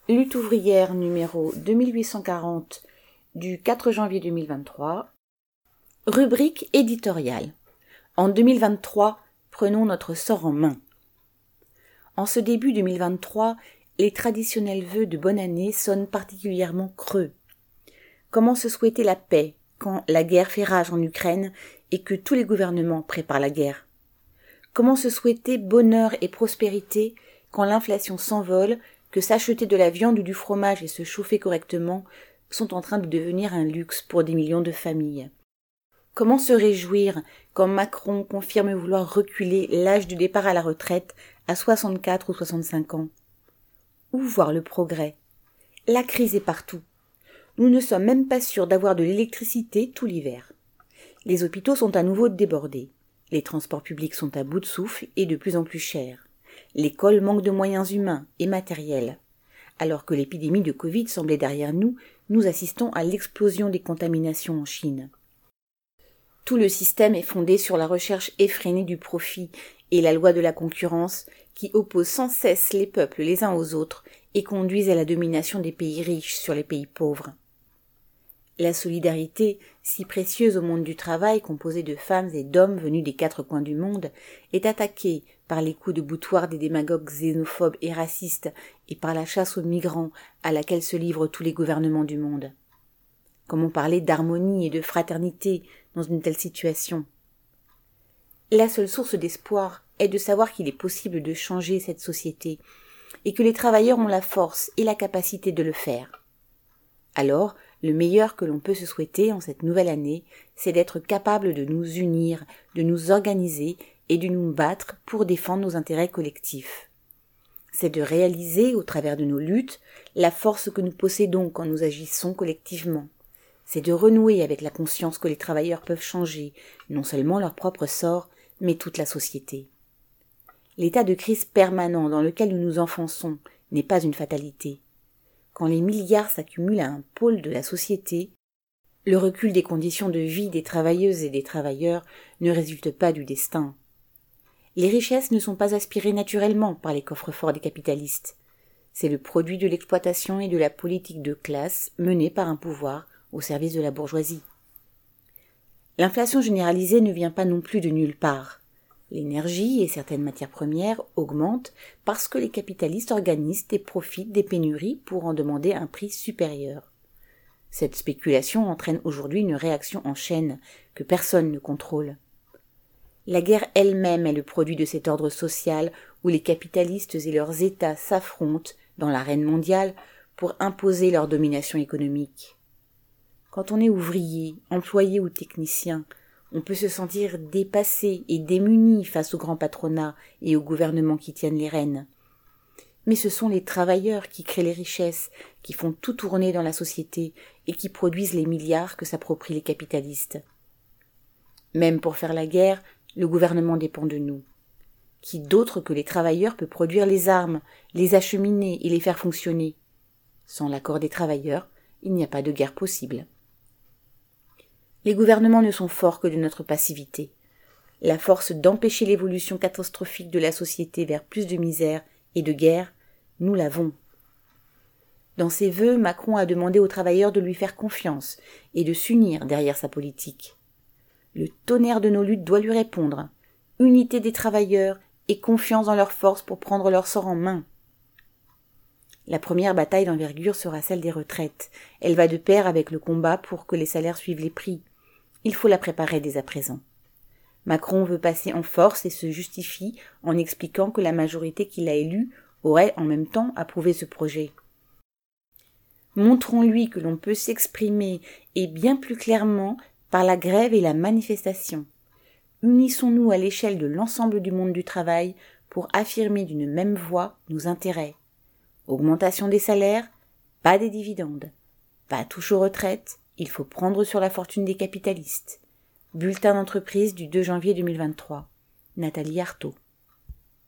Lutte ouvrière numéro 2840 du 4 janvier 2023. Rubrique éditoriale. En 2023, prenons notre sort en main. En ce début 2023, les traditionnels vœux de bonne année sonnent particulièrement creux. Comment se souhaiter la paix quand la guerre fait rage en Ukraine et que tous les gouvernements préparent la guerre? Comment se souhaiter bonheur et prospérité quand l'inflation s'envole, que s'acheter de la viande ou du fromage et se chauffer correctement sont en train de devenir un luxe pour des millions de familles? Comment se réjouir quand Macron confirme vouloir reculer l'âge du départ à la retraite à 64 ou 65 ans? Où voir le progrès? La crise est partout. Nous ne sommes même pas sûrs d'avoir de l'électricité tout l'hiver. Les hôpitaux sont à nouveau débordés. Les transports publics sont à bout de souffle et de plus en plus chers. L'école manque de moyens humains et matériels. Alors que l'épidémie de Covid semblait derrière nous, nous assistons à l'explosion des contaminations en Chine. Tout le système est fondé sur la recherche effrénée du profit et la loi de la concurrence qui oppose sans cesse les peuples les uns aux autres et conduisent à la domination des pays riches sur les pays pauvres. La solidarité, si précieuse au monde du travail composé de femmes et d'hommes venus des quatre coins du monde, est attaquée par les coups de boutoir des démagogues xénophobes et racistes et par la chasse aux migrants à laquelle se livrent tous les gouvernements du monde. Comment parler d'harmonie et de fraternité dans une telle situation? La seule source d'espoir est de savoir qu'il est possible de changer cette société et que les travailleurs ont la force et la capacité de le faire. Alors, le meilleur que l'on peut se souhaiter en cette nouvelle année, c'est d'être capable de nous unir, de nous organiser et de nous battre pour défendre nos intérêts collectifs. C'est de réaliser, au travers de nos luttes, la force que nous possédons quand nous agissons collectivement. C'est de renouer avec la conscience que les travailleurs peuvent changer, non seulement leur propre sort, mais toute la société. L'état de crise permanent dans lequel nous nous enfonçons n'est pas une fatalité. Quand les milliards s'accumulent à un pôle de la société, le recul des conditions de vie des travailleuses et des travailleurs ne résulte pas du destin. Les richesses ne sont pas aspirées naturellement par les coffres-forts des capitalistes. C'est le produit de l'exploitation et de la politique de classe menée par un pouvoir au service de la bourgeoisie. L'inflation généralisée ne vient pas non plus de nulle part. L'énergie et certaines matières premières augmentent parce que les capitalistes organisent et profitent des pénuries pour en demander un prix supérieur. Cette spéculation entraîne aujourd'hui une réaction en chaîne que personne ne contrôle. La guerre elle-même est le produit de cet ordre social où les capitalistes et leurs États s'affrontent dans l'arène mondiale pour imposer leur domination économique. Quand on est ouvrier, employé ou technicien, on peut se sentir dépassé et démuni face au grand patronat et au gouvernement qui tiennent les rênes. Mais ce sont les travailleurs qui créent les richesses, qui font tout tourner dans la société et qui produisent les milliards que s'approprient les capitalistes. Même pour faire la guerre, le gouvernement dépend de nous. Qui d'autre que les travailleurs peut produire les armes, les acheminer et les faire fonctionner? Sans l'accord des travailleurs, il n'y a pas de guerre possible. Les gouvernements ne sont forts que de notre passivité. La force d'empêcher l'évolution catastrophique de la société vers plus de misère et de guerre, nous l'avons. Dans ses vœux, Macron a demandé aux travailleurs de lui faire confiance et de s'unir derrière sa politique. Le tonnerre de nos luttes doit lui répondre. Unité des travailleurs et confiance dans leur force pour prendre leur sort en main. La première bataille d'envergure sera celle des retraites. Elle va de pair avec le combat pour que les salaires suivent les prix. Il faut la préparer dès à présent. Macron veut passer en force et se justifie en expliquant que la majorité qu'il a élue aurait en même temps approuvé ce projet. Montrons-lui que l'on peut s'exprimer et bien plus clairement par la grève et la manifestation. Unissons-nous à l'échelle de l'ensemble du monde du travail pour affirmer d'une même voix nos intérêts. Augmentation des salaires, pas des dividendes. Pas touche aux retraites, il faut prendre sur la fortune des capitalistes. Bulletin d'entreprise du 2 janvier 2023. Nathalie Arthaud.